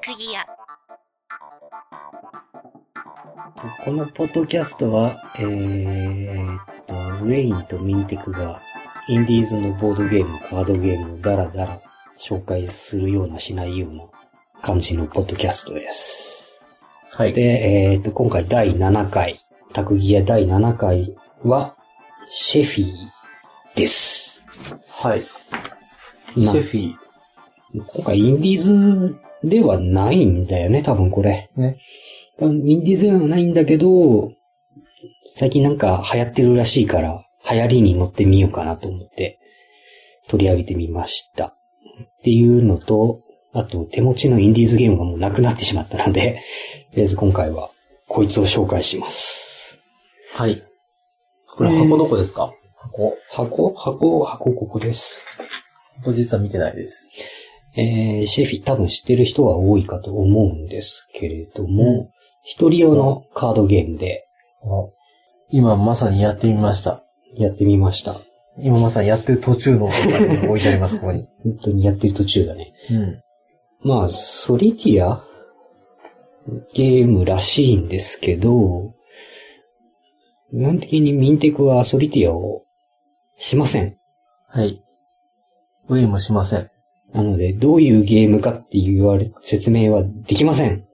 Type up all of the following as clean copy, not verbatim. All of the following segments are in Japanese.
クギア。 このポッドキャストは、ウェインとミンテクがインディーズのボードゲーム、カードゲームをダラダラ紹介するようなしないような感じのポッドキャストです。 はい。 で、今回第7回、タクギア第7回は、シェフィーです。 はい。シェフィー。 今回インディーズではないんだよね、多分これ。 ね。 インディーズではないんだけど、最近なんか流行ってるらしいから、流行りに乗ってみようかなと思って取り上げてみました。っていうのと、あと手持ちのインディーズゲームがもうなくなってしまったので、とりあえず今回はこいつを紹介します。 はい。これ箱どこですか？ 箱ここです。 実は見てないです。 シェフィ多分知ってる人は多いかと思うんですけれども、一人用のカードゲームで、 今まさにやってみました。 今まさにやってる途中の置いてあります、ここに。 本当にやってる途中だね。 うん。 まあ、ソリティアゲームらしいんですけど、基本的にミンテクはソリティアをしません。 はい。ウェイもしません。 なので、どういうゲームかっていう説明はできません。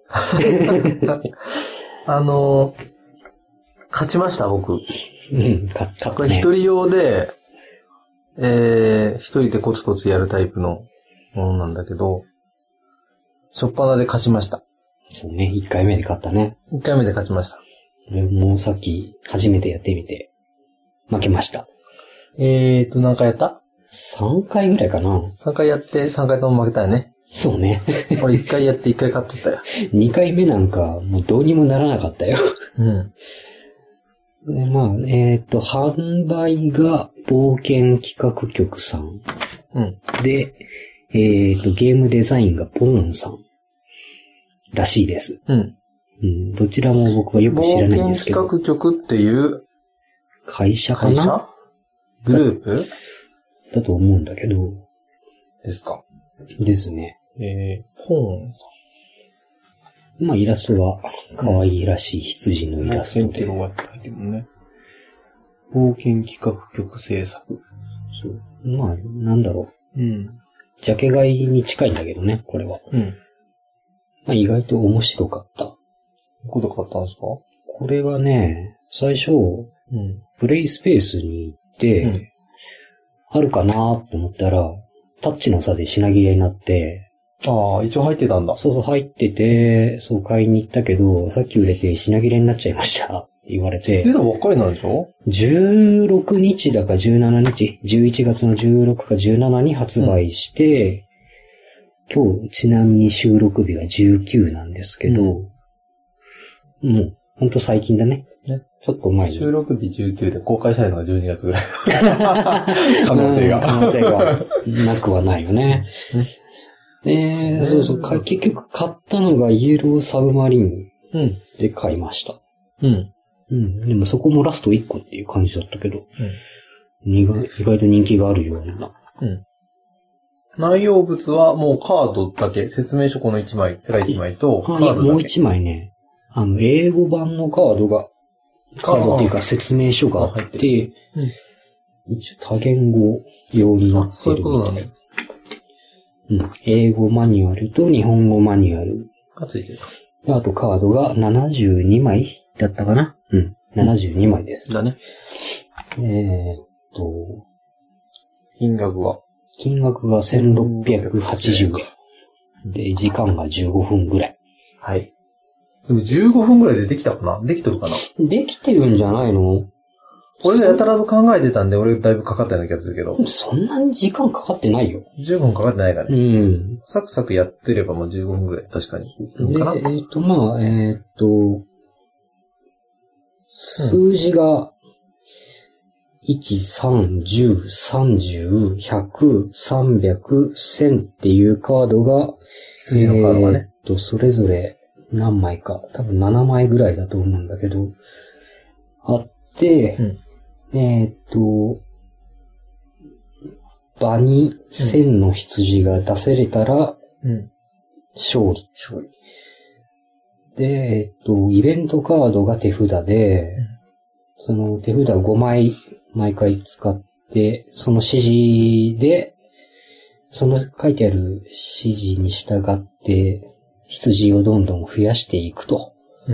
勝ちました、僕。 うん、勝ったね。 これ一人用で、一人でコツコツやるタイプのものなんだけど、初っ端で勝ちました。 そうね、1回目で勝ったね。 1回目で勝ちました。 もうさっき初めてやってみて、負けました。 何回やった ?3 回ぐらいかな。 3回やって、3回とも負けたよね。 そうね。 俺1回やって1回勝っとったよ。 2回目なんか、もうどうにもならなかったよ。 うん。 で、まあ、販売が冒険企画局さん。 うん。 で、ゲームデザインがポーンさんらしいです。 うん。 うん。どちらも僕はよく知らないんですけど。 冒険企画局っていう会社かな？ グループだと思うんだけど。 ですか。 ですね。 ポーンさん。まあ、イラストは可愛いらしい羊のイラストで。 冒険ってロゴが入ってるもんね。冒険企画局制作。 そう。まあ、なんだろう。うん。 ジャケ買いに近いんだけどね、これは。 うん。 まあ、意外と面白かった。 どこで買ったんですか？ これはね、最初、 うん。 プレイスペースに行って、うん、あるかなと思ったら、タッチの差で品切れになって、 ああ、一応入ってたんだ。 そう、入ってて、そう買いに行ったけど、さっき売れて品切れになっちゃいました。言われて。 出たばっかりなんでしょ？ 16 日だか17日、11月の16か17に発売して、今日ちなみに収録日が19なんですけど、もうほんと最近だね。ちょっと前に。 収録日19で公開されるのが12月ぐらい。可能性が。 可能性がなくはないよね。そう、結局買ったのがイエローサブマリンで買いました。 うん。 うん。でもそこもラスト1個っていう感じだったけど、意外と人気があるような。 うん。内容物はもうカードだけ、説明書この1枚、1枚と、カードだけ。 もう1枚ね、英語版のカードっていうか説明書があって、一応多言語用になってる。 そういうことなんだ。 うん。英語マニュアルと日本語マニュアル。 がついてるか。 あとカードが72枚だったかな？うん。72枚です。 だね。金額が 1680円。で、時間が15分ぐらい。 はい。でも15分ぐらいでできたかな？できてるかな？ できてるんじゃないの？ 俺がやたらと考えてたんで、俺だいぶかかったような気がするけど。 そんなに時間かかってないよ。 15分かかってないからね。 うん。 サクサクやってればもう15分ぐらい、確かに。 で、数字が、1、3、10、30、100、300、1000っていうカードが、 羊のカードがね。 それぞれ何枚か、多分7枚ぐらいだと思うんだけど、あって、場に1000の羊が出せれたら、 勝利。で、イベントカードが手札で、その手札を5枚毎回使って、その指示で、その書いてある指示に従って羊をどんどん増やしていくと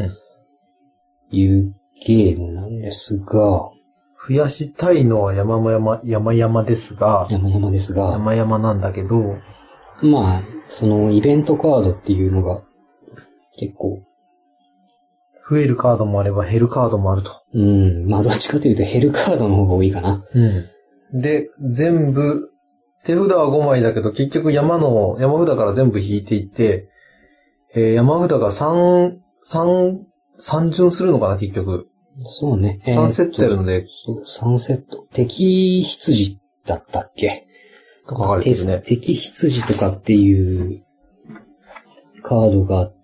いうゲームなんですが、 増やしたいのは山々ですが、山々なんだけど、 まあ、そのイベントカードっていうのが結構、 増えるカードもあれば減るカードもあると。 まあどっちかというと減るカードの方が多いかな。 で、全部、手札は5枚だけど、結局山札から全部引いていって、山札が3巡するのかな、結局。 そうね。 3セットやるので。 3セット。敵羊だったっけ？ 書かれてるね。 敵羊とかっていうカードがあって、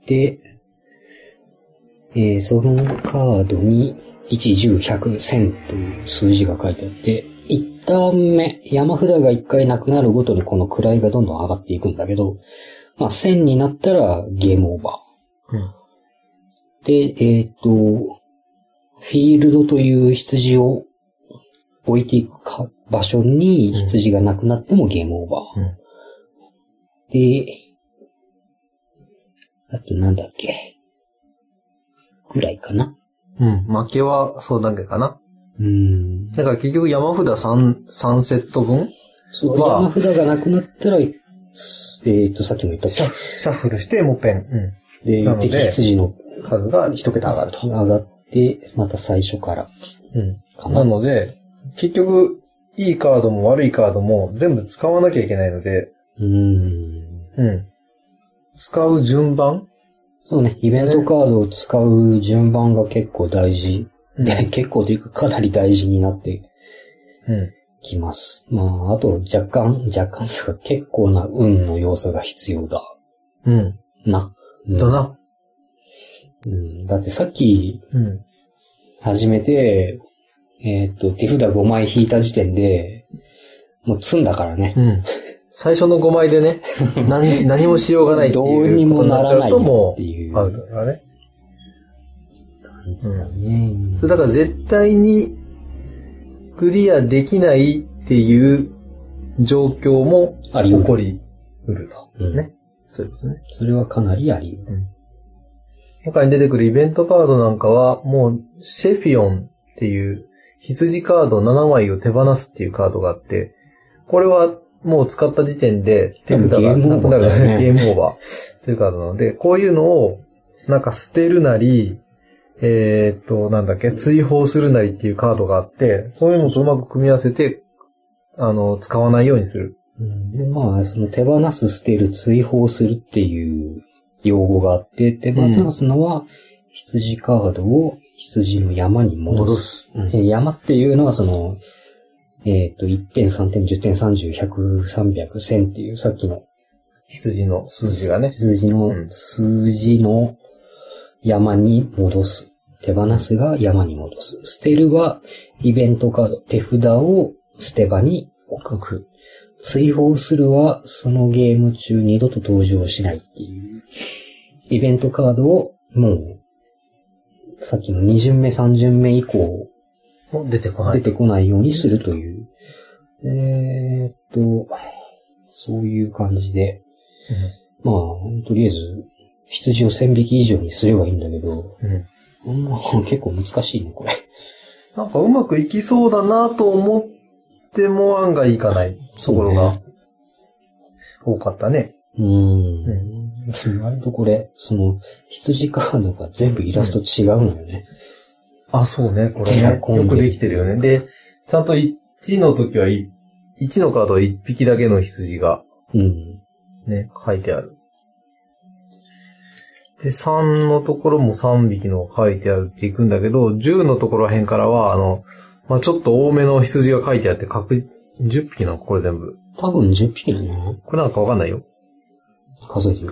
そのカードに1、10、100、1000という数字が書いてあって、1ターン目、山札が1回なくなるごとにこの位がどんどん上がっていくんだけど、まあ1000になったらゲームオーバー。で、フィールドという羊を置いていく場所に羊がなくなってもゲームオーバー。で、あとなんだっけぐらいかな。 負けはそうだけかな。だから結局山札3セット分そう、山札がなくなったら、さっきも言ったシャッフルしてもうペン。 で、敵羊の数が一桁上がると。 上がって、また最初から。 なので、結局、いいカードも悪いカードも全部使わなきゃいけないので、使う順番？ そうね、イベントカードを使う順番が結構大事。で、結構というかかなり大事になってきます。まあ、あと若干というか結構な運の要素が必要だ。な。 だな。 だってさっき、始めて、手札5枚引いた時点で、もう積んだからね。 最初の5枚でね、何もしようがないっていうことになっちゃうともう、アウトだからね。だから絶対にクリアできないっていう状況も起こりうると。ね。そういうことね。 それはかなりあり得る。 他に出てくるイベントカードなんかは、もう、シェフィオンっていう羊カード7枚を手放すっていうカードがあって、これはもう使った時点で手札がなくなるゲームオーバー。そういうカードなので、こういうのをなんか捨てるなり、なんだっけ、追放するなりっていうカードがあって、そういうのとうまく組み合わせて、使わないようにする。 で、まあ、その手放す、捨てる、追放するっていう用語があって、手放すのは、羊カードを羊の山に戻す。山っていうのはその、1点、3点、10点、30、100、300、1000っていうさっきの羊の数字がね。 数字の山に戻す。手放すが山に戻す。捨てるはイベントカード、手札を捨て場に置く。追放するはそのゲーム中二度と登場しないっていうイベントカードをもうさっきの2巡目3巡目以降出てこないようにするという。そういう感じで。まあ、とりあえず、羊を1000匹以上にすればいいんだけど、結構難しいね、これ。 なんかうまくいきそうだなと思っても案外いかないところが多かったね。 割とこれ、その、羊カードが全部イラスト違うのよね。 あ、そうね、これね。よくできてるよね。で、ちゃんと1の時は1のカードは1匹だけの羊が、ね、書いてある。で、3のところも3匹の書いてあるっていくんだけど、10のところら辺からは、ちょっと多めの羊が書いてあって、10匹なのこれ全部。 多分10匹なんじゃない？ これなんかわかんないよ。 数えてる。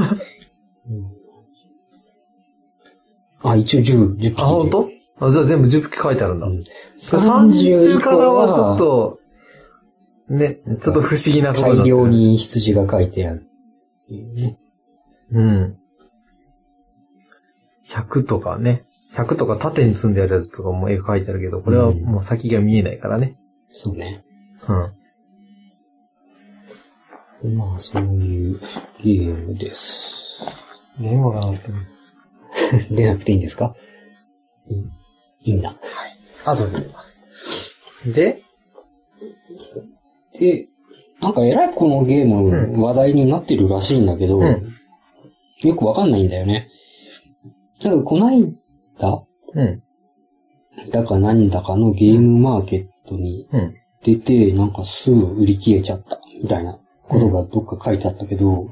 あ、一応10匹。 あ、ほんと？じゃあ全部10匹書いてあるんだ。30からはちょっと、ね、ちょっと不思議なことになってる。 大量に羊が書いてある。 うん。100とかね。100とか縦に積んであるやつとかも絵描いてあるけど、これはもう先が見えないからね。 そうね。 うん。 まあ、そういうゲームです。 電話がなくても出なくていいんですか？いいんだ。はい。 後で出ます。で、 なんか偉いこのゲーム話題になってるらしいんだけど、よくわかんないんだよね。なんかこないだだか何だかのゲームマーケットに出て、なんかすぐ売り切れちゃった、みたいなことがどっか書いてあったけど、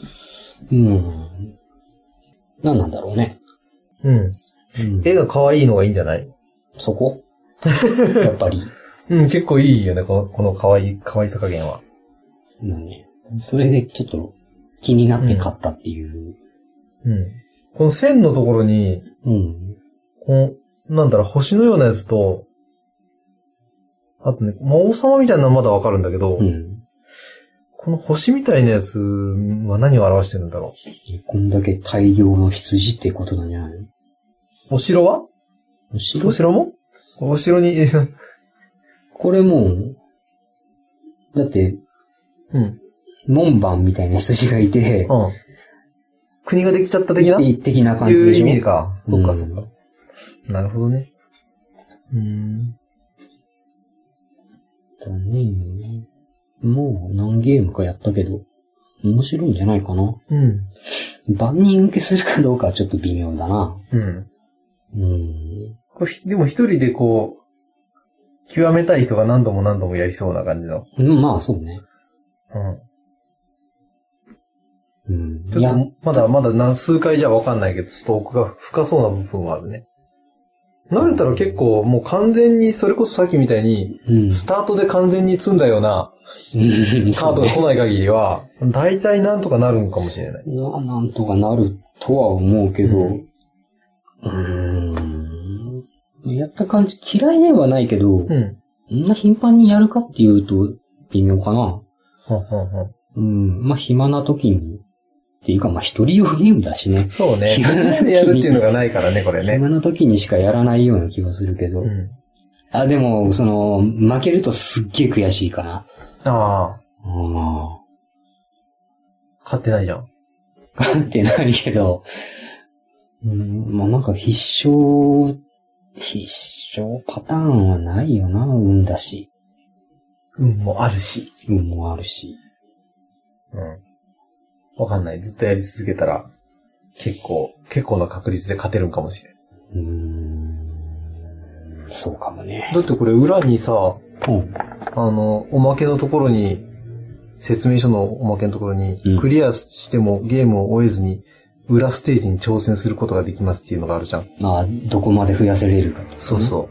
何なんだろうね。 絵が可愛いのがいいんじゃない？ そこやっぱり。 結構いいよね、この可愛さ加減は。 ね。それでちょっと気になって買ったっていう。 この線のところに、この、星のようなやつと、あとね、王様みたいなのはまだわかるんだけど、この星みたいなやつは何を表してるんだろう。 こんだけ大量の羊ってことなんじゃないの？ お城は？お城も？お城に、 これもう、だって、門番みたいな羊がいて、 国ができちゃった的な感じでしょ。 いう意味か。そっかそっか。なるほどね。 だね。もう何ゲームかやったけど、面白いんじゃないかな。万人受けするかどうかはちょっと微妙だな。 でも一人でこう、極めたい人が何度も何度もやりそうな感じの。 まあそうね。 ちょっと、まだ数回じゃわかんないけど、奥が深そうな部分はあるね。慣れたら結構もう完全に、それこそさっきみたいに、スタートで完全に積んだような、カードが来ない限りは、大体なんとかなるんかもしれない。 なんとかなるとは思うけど、やった感じ嫌いではないけど、そんな頻繁にやるかっていうと微妙かな。まあ暇な時に、っていうかまあ一人用ゲームだしね。 そうね。みんなでやるっていうのがないからね、これね。 暇な時にしかやらないような気がするけど。でも、負けるとすっげえ悔しいかな。 勝ってないじゃん。 勝ってないけど、まあなんか必勝パターンはないよな、運だし。 運もあるし。わかんない。ずっとやり続けたら、結構な確率で勝てるんかもしれん。 そうかもね。 だってこれ裏にさ、おまけのところに、説明書のおまけのところに、クリアしてもゲームを終えずに、裏ステージに挑戦することができますっていうのがあるじゃん。 どこまで増やせれるかと、ね。 そうそう。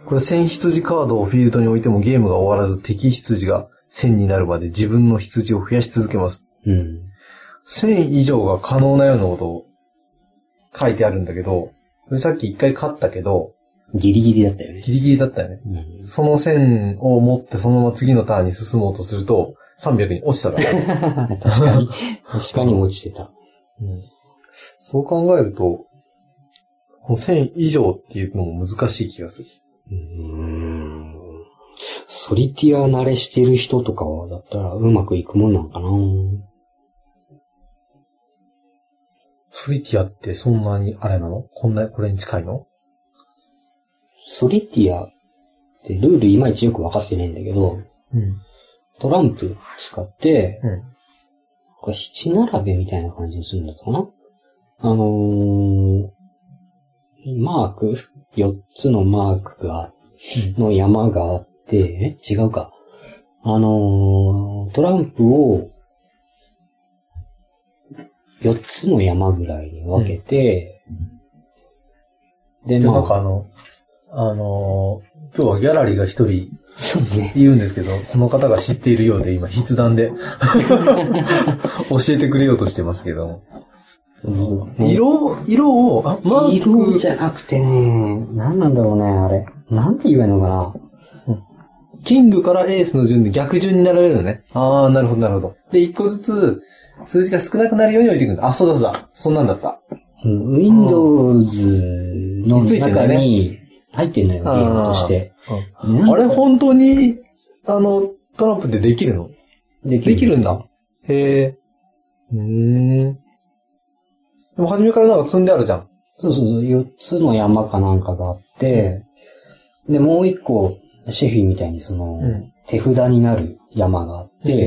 これ1000羊カードをフィールドに置いてもゲームが終わらず敵羊が1000になるまで自分の羊を増やし続けます。1000以上が可能なようなことを書いてあるんだけど、さっき一回勝ったけど、 ギリギリだったよね。 ギリギリだったよね。その1000を持ってそのまま次のターンに進もうとすると、300に落ちたから。 確かに落ちてた。 そう考えると、この1000以上っていうのも難しい気がする。 ソリティア慣れしてる人とかは、だったらうまくいくもんなんかな。 ソリティアってそんなにあれなの？これに近いの？ ソリティアってルールいまいちよくわかってないんだけど、トランプ使って、これ七並べみたいな感じにするんだったかな？マーク、4つのマークの山があって、違うか。トランプを4つの山ぐらいに分けて、 で、なんか今日はギャラリーが一人いるんですけど、その方が知っているようで今筆談で教えてくれようとしてますけど。色を、マーク。 色じゃなくてね、何なんだろうね、あれ。なんて言えばいいのかな。 キングからエースの順で逆順に並べるのね。ああ、なるほど、なるほど。で、一個ずつ数字が少なくなるように置いていくんだ。あ、そうだそうだ。そんなんだった。 Windows の中に入ってんのよ、ゲームとして。 あれ、本当に、トランプってできるの？できるんだ。へえ。でも初めからなんか積んであるじゃん。 そうそうそう、4つの山かなんかがあって、で、もう1個、シェフィみたいに手札になる山があって、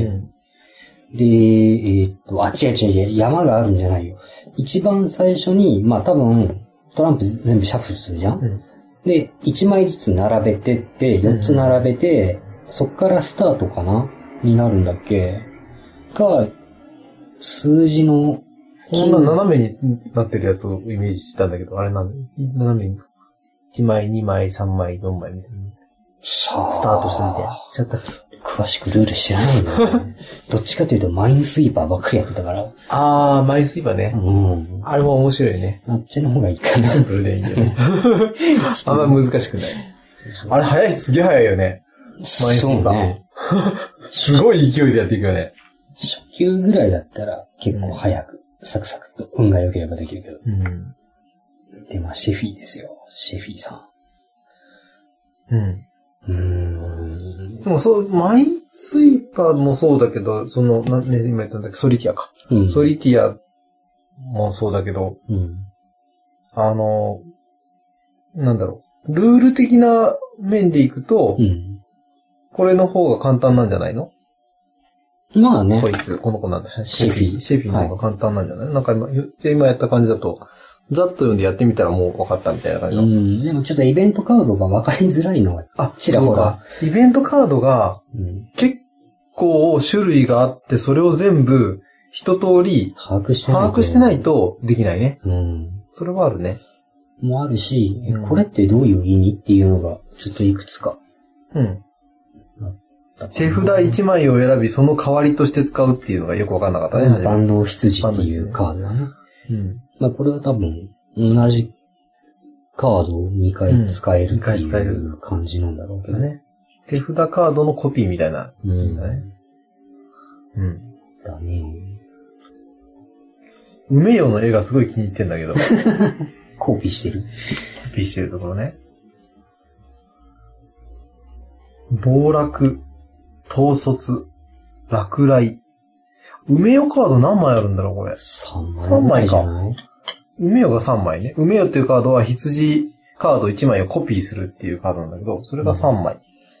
で、違う、山があるんじゃないよ。一番最初に、まあ多分、トランプ全部シャッフルするじゃん、で、1枚ずつ並べてって、4つ並べて、そっからスタートかなになるんだっけが、数字の、 こんな斜めになってるやつをイメージしたんだけど、あれ斜めに。1枚、2枚、3枚、4枚みたいな。スタートした時点。 ちょっと、詳しくルール知らないんだよね。どっちかというとマインスイーパーばっかりやってたから。 あー、マインスイーパーね。あれも面白いね。 あっちの方がいいかな。 シンプルでいいよね。あんま難しくない。あれ早いしすげえ早いよね。マインスイーパー。ね、すごい勢いでやっていくよね。 初級ぐらいだったら結構早く、サクサクと運が良ければできるけど。で、まあ、シェフィーですよ。シェフィーさん。 でもマインスイーパーもそうだけど、今言ったんだっけ、ソリティアか。ソリティアもそうだけど、なんだろう。ルール的な面でいくと、これの方が簡単なんじゃないの？ まあね。 この子なんだ。シェフィーの方が簡単なんじゃない？なんか今やった感じだと、ざっと読んでやってみたらもう分かったみたいな感じの。 でもちょっとイベントカードが分かりづらいのが、ちらほら。 イベントカードが、結構種類があって、それを全部一通り把握してないとできないね。それはあるね。 もあるし、これってどういう意味っていうのが、ちょっといくつか。 手札1枚を選び、その代わりとして使うっていうのがよく分かんなかったね。 万能羊っていうカードだね。まあこれは多分、同じカードを2回使えるっていう感じなんだろうけどね。 手札カードのコピーみたいな。 だね。 梅よの絵がすごい気に入ってんだけど。 コピーしてる。 コピーしてるところね。暴落、統率、落雷。梅よカード何枚あるんだろうこれ。3枚か。梅よが3枚ね。梅よっていうカードは羊カード1枚をコピーするっていうカードなんだけど、それが3枚。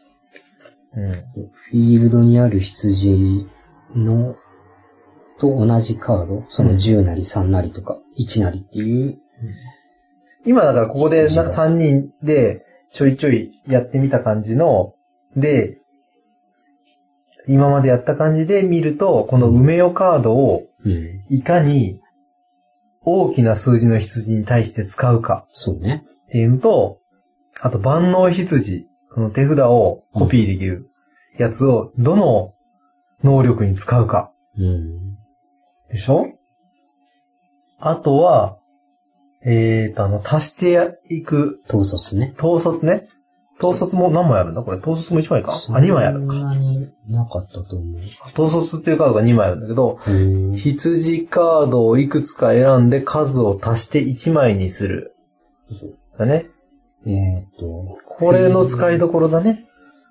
フィールドにある羊のと同じカード、その10なり3なりとか1なりっていう。 今だからここで3人でちょいちょいやってみた感じの、で、今までやった感じで見ると、この梅よカードをいかに大きな数字の羊に対して使うか。 そうね。 っていうのと、あと万能羊、この手札をコピーできるやつをどの能力に使うか。でしょ？あとは、足していく。 統率ね。 統率も何枚あるんだこれ。統率も1枚か。2枚あるか。 そんなになかったと思う。 統率っていうカードが2枚あるんだけど、羊カードをいくつか選んで数を足して1枚にする。だね。これの使いどころだね。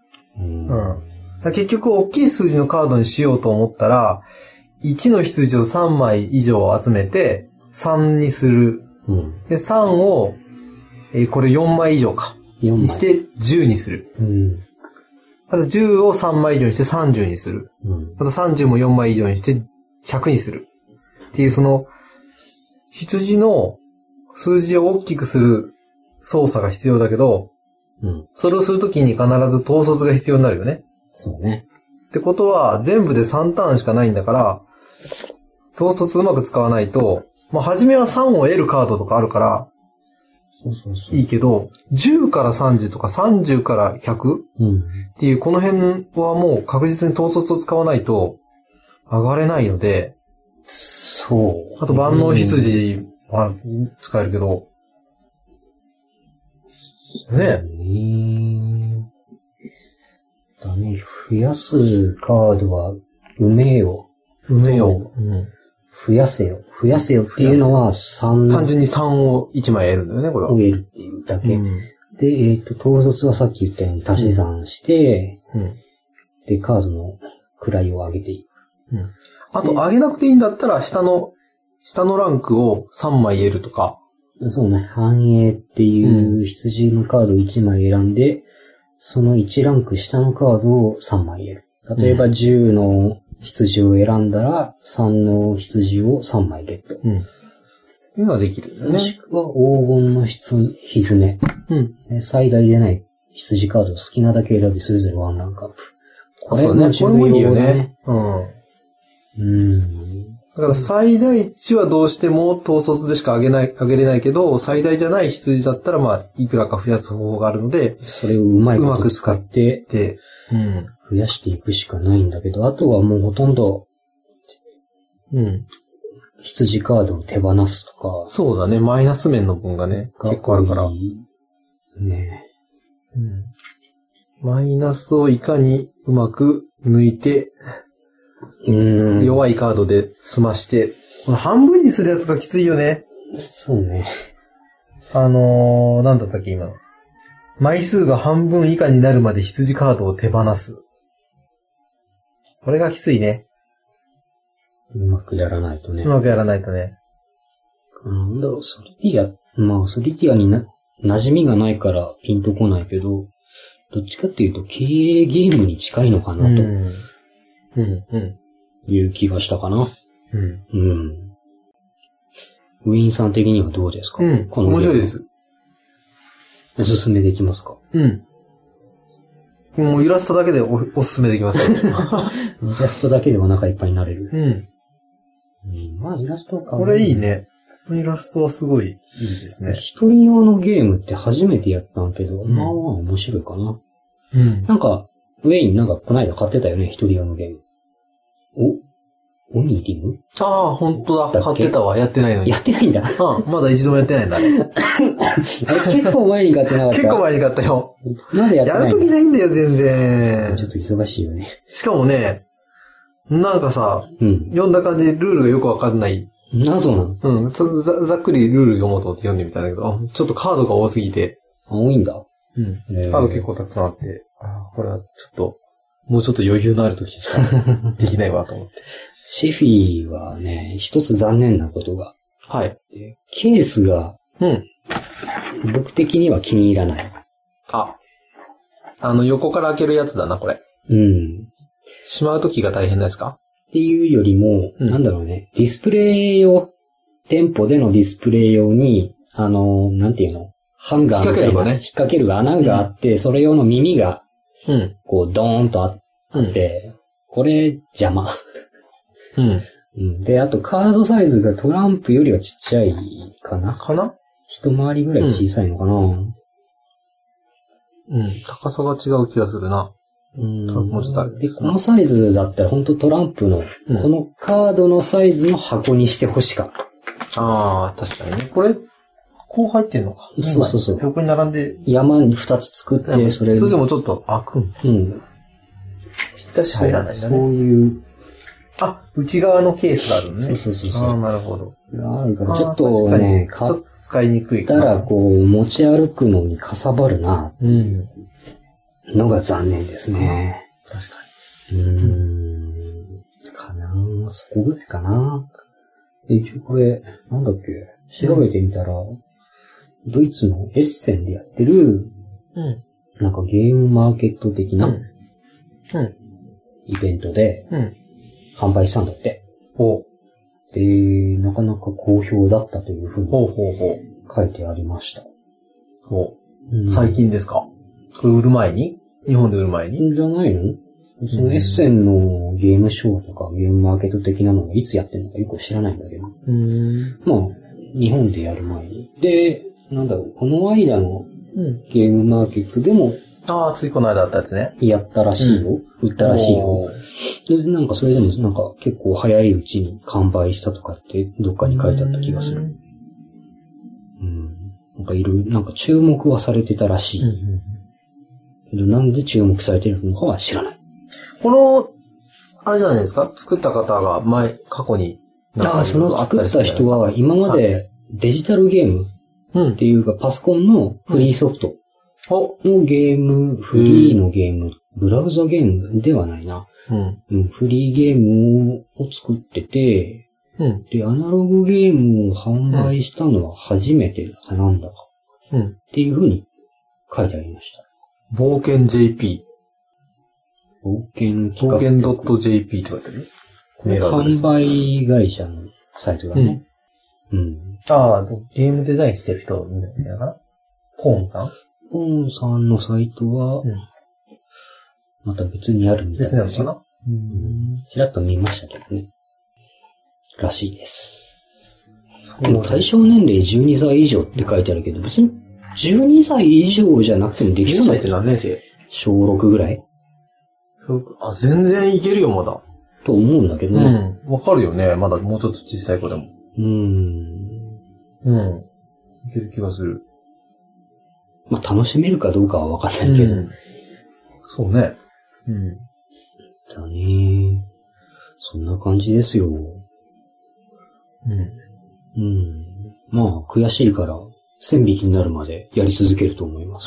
結局、大きい数字のカードにしようと思ったら、1の羊を3枚以上集めて、3にする。で、3を、これ4枚以上か。にして10にする。あと10を3枚以上にして30にする。あと30も4枚以上にして100にする。っていうその、羊の数字を大きくする操作が必要だけど、それをするときに必ず統率が必要になるよね。 そうね。 ってことは、全部で3ターンしかないんだから、統率うまく使わないと、まあ、初めは3を得るカードとかあるから、いいけど、10から30とか30から 100？ っていうこの辺はもう確実に統率を使わないと上がれないので、 そう。 あと万能羊は使えるけど、ね。 だね。増やすカードは、埋めよ。 うん。 増やせよっていうのは3。 単純に3を1枚得るんだよね、これは。 を得るっていうだけ。で、統率はさっき言ったように足し算して、で、カードの位を上げていく。 あと、上げなくていいんだったら、下のランクを3枚得るとか。 そうね。繁栄っていう羊のカードを1枚選んで、その1ランク下のカードを3枚得る。例えば10の羊を選んだら、3の羊を3枚ゲット。 いうのはできるんだね。 もしくは黄金のひずめ。最大でない羊カードを好きなだけ選び、それぞれワンランクアップ。 これも重要だね。だから最大値はどうしても統率でしか上げれないけど、最大じゃない羊だったらまあ、いくらか増やす方法があるので、 それをうまいこと使って、増やしていくしかないんだけど、あとはもうほとんど、羊カードを手放すとか。 そうだね、マイナス面の分がね、結構あるから。マイナスをいかにうまく抜いて、弱いカードで済まして、この半分にするやつがきついよね。 そうね。 なんだったっけ今の。枚数が半分以下になるまで羊カードを手放す。これがきついね。 うまくやらないとね。なんだろう、ソリティア。まあ、ソリティアに馴染みがないからピンとこないけど、どっちかっていうと経営ゲームに近いのかなと。いう気がしたかな。ウィンさん的にはどうですか？ 面白いです。 おすすめできますか？ もうイラストだけでおすすめできますね。 イラストだけでお腹いっぱいになれる。まあイラストはこれいいね。イラストはすごいいいですね。 一人用のゲームって初めてやったんけど、まあ面白いかな。なんか、ウェインなんかこないだ買ってたよね、一人用のゲーム。オニリム？ ああ、ほんとだ。買ってたわ。やってないのに。 やってないんだ。 まだ一度もやってないんだね。 結構前に買ってなかった。 結構前に買ったよ。 なんでやってないの？ やるときないんだよ、全然。 ちょっと忙しいよね。 しかもね、なんかさ、読んだ感じでルールがよくわかんない。 そうなの？ ざっくりルール読もうと思って読んでみたんだけど、ちょっとカードが多すぎて。 多いんだ。 カード結構たくさんあって、これはちょっと、もうちょっと余裕のある時しかできないわと思って。 シェフィーはね、一つ残念なことが。ケースが、僕的には気に入らない。 横から開けるやつだな、これ。しまう時が大変なやつか？ っていうよりも、なんだろうね、ディスプレイ用、店舗でのディスプレイ用に、なんていうの？ハンガーみたいな引っ掛ける穴があって、それ用の耳が、こう、ドーンとあって、これ、邪魔。で、あと、カードサイズがトランプよりはちっちゃいかな？一回りぐらい小さいのかな？ 高さが違う気がするな。もうちょっとある。 で、このサイズだったら、本当トランプの、このカードのサイズの箱にしてほしかった。 確かにね。これ、こう入ってんのか。 そう。 横に並んで。 山に2つ作って、 それでもちょっと開く。ぴったし入らないんだね。 そういう。 内側のケースがあるのね。 そう。 なるほど。 があるから、ちょっとね、 ちょっと使いにくいかな。たら、こう、持ち歩くのにかさばるな、のが残念ですね。 確かに。 かなぁ。そこぐらいかな。一応これ、なんだっけ、調べてみたら、ドイツのエッセンでやってる、なんかゲームマーケット的な、イベントで、販売したんだって。で、なかなか好評だったというふうに書いてありました。 最近ですか？これ売る前に？日本で売る前に？ じゃないの？そのエッセンのゲームショーとかゲームマーケット的なのがいつやってるのかよく知らないんだけど。まあ、日本でやる前に。で、なんだろう、この間のゲームマーケットでも、 ついこの間あったやつね。 やったらしいよ。売ったらしいよ。で、なんかそれでもなんか結構早いうちに完売したとかってどっかに書いてあった気がする。なんかいろいろ、なんか注目はされてたらしい。 なんで注目されてるのかは知らない。 この、あれじゃないですか？作った方が過去にその作った人は今までデジタルゲームっていうかパソコンのフリーソフトのゲーム、フリーのゲーム、ブラウザゲームではないな。フリーゲームを作ってて、で、アナログゲームを販売したのは初めてかなんだか。っていう風に書いてありました。 冒険 JP。 冒険 .jp って書いてある？ 販売会社のサイトだね。 ゲームデザインしてる人みたいなかな？ポーンさんのサイトは、また別にあるみたいですよ。 別なのかな？ ちらっと見ましたけどね。らしいです。でも対象年齢12歳以上って書いてあるけど、別に12歳以上じゃなくてもできそうな。 12歳って何年生？ 小6ぐらい？ 全然いけるよ、まだ。 と思うんだけどね。 わかるよね。まだもうちょっと小さい子でも。いける気がする。 まあ、楽しめるかどうかはわかんないけど。 そうね。 だね。そんな感じですよ。まあ、悔しいから、1000匹になるまでやり続けると思います。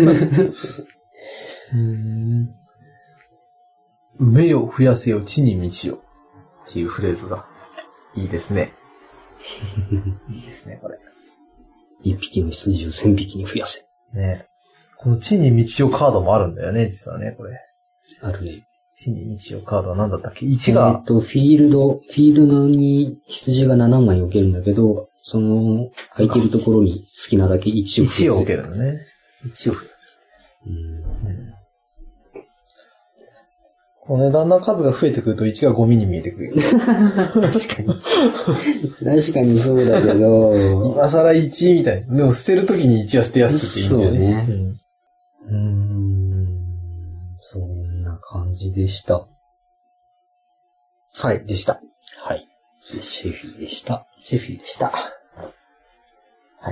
埋めよ、増やせよ、地に満ちよ。っていうフレーズが、いいですね。いいですね、これ。 1匹の羊を1000匹に増やせ。 ね。この地に満ちよカードもあるんだよね、実はね、これ。 あるね。 地に満ちよカードは何だったっけ？ 1 が。 フィールドに羊が7枚置けるんだけど、その空いてるところに好きなだけ1を増やせる。 1を置けるのね。1を増やせる。このね、だんだん数が増えてくると1がゴミに見えてくるよね。 確かに。確かにそうだけど。 今更1みたいな。でも捨てるときに1は捨てやすくていいんだよね。 そうね。そんな感じでした。 はい、でした。 はい。シェフィーでした。 はい。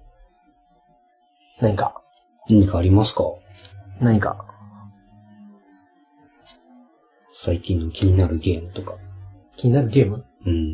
何かありますか？ 何か最近の気になるゲームとか。 気になるゲーム？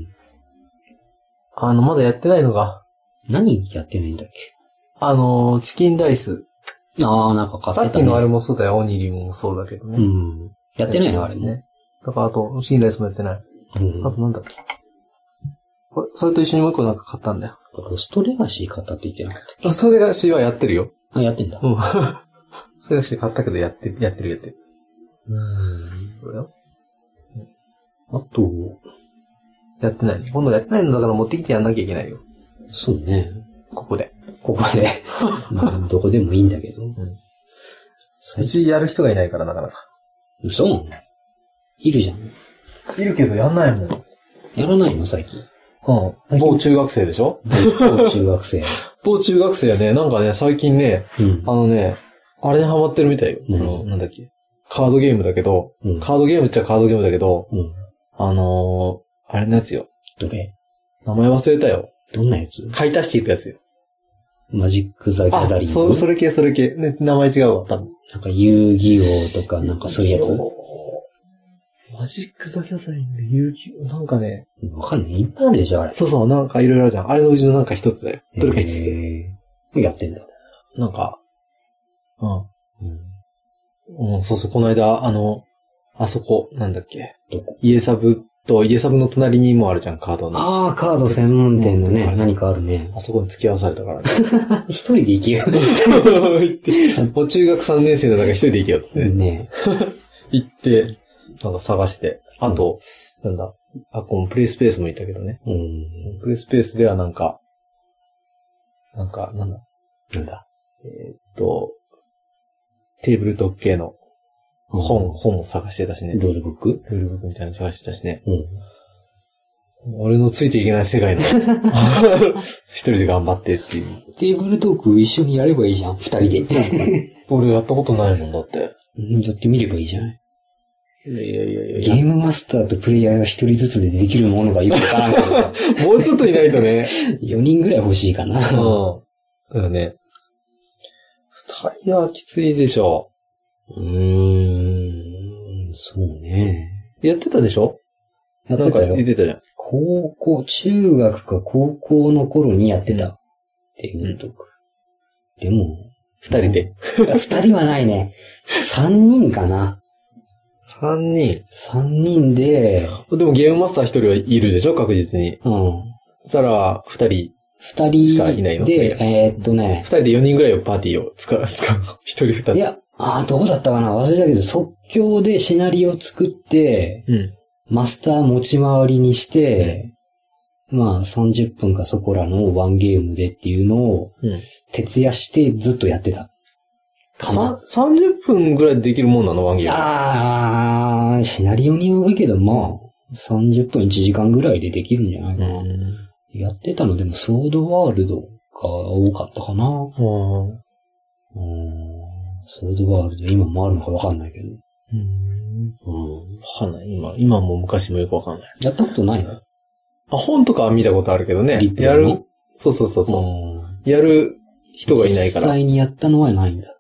まだやってないのが。 何やってないんだっけ？ チキンダイス。 なんか買ってたね。 さっきのあれもそうだよ。オニリムもそうだけどね。 やってないのあれね。 だからあと、チキンダイスもやってない。あとなんだっけ？これ、それと一緒にもう一個なんか買ったんだよ。 ロストレガシー買ったって言ってなかったっけ？ ロストレガシーはやってるよ。 やってんだ。 ロストレガシー買ったけどやってる。そうだよ。 あと、 やってないね。今度やってないのだから持ってきてやんなきゃいけないよ。 そうね。 ここで。 どこでもいいんだけど。 うちやる人がいないからなかなか。 嘘？いるじゃん。 いるけどやんないもん。 やらないの最近。 某中学生でしょ？ 某中学生。 某中学生はね、なんかね、最近ね、あれにハマってるみたいよ。なんだっけ。カードゲームだけど、カードゲームっちゃカードゲームだけど、あれのやつよ。 どれ？ 名前忘れたよ。 どんなやつ？ 買い足していくやつよ。 マジック・ザ・ギャザリング。 それ系。ね、名前違うわ、多分。 なんか遊戯王とかなんかそういうやつ？ マジック・ザ・ギャザリング、遊戯王、なんかね。 わかんない。いっぱいあるでしょ、あれ。 そう、なんかいろいろあるじゃん。あれのうちのなんか一つだよ。どれか一つで。 やってんだ。 なんか、そう、この間、あそこ、なんだっけ。家サブの隣にもあるじゃん、カードの。 カード専門店のね、何かあるね。 あそこに付き合わされたからね。 一人で行けよ。 もう中学3年生の中一人で行けよってね。 行って、なんか探して。あと、なんだ。このプレイスペースも行ったけどね。プレイスペースではなんだ。テーブルトーク系の本を探してたしね。 ルールブックみたいなの探してたしね。俺のついていけない世界の一人で頑張ってっていう。 テーブルトーク一緒にやればいいじゃん、二人で。 俺やったことないもんだって。 やってみればいいじゃない。 いや。 ゲームマスターとプレイヤーが一人ずつでできるものがよくわからんけど。 もうちょっといないとね。 4人ぐらい欲しいかな。 だよね。 人はきついでしょそうね。 う。やってたでしょ？なんかやってたよ。 言ってたじゃん。 中学か高校の頃にやってたっていうとこ。でも、 二人で。 二人はないね。三人かな。 三人。 三人で、 でもゲームマスター一人はいるでしょ？確実に。そしたら、二人。 二人しかいないので、 二人で4人ぐらいをパーティーを使う。一人二人。 いや、どうだったかな忘れたけど、即興でシナリオ作って、マスター持ち回りにして、まあ30分かそこらのワンゲームでっていうのを、徹夜してずっとやってた。 30分ぐらいでできるもんなのワンゲーム。 シナリオによるけど、まあ、30分1時間ぐらいでできるんじゃないかな。やってたのでもソードワールドが多かったかな。ソードワールド今もあるのかわかんないけど。 わかんない。今も昔もよくわかんない。 やったことないの？ 本とかは見たことあるけどね。やる。そう。やる人がいないから。 実際にやったのはないんだ。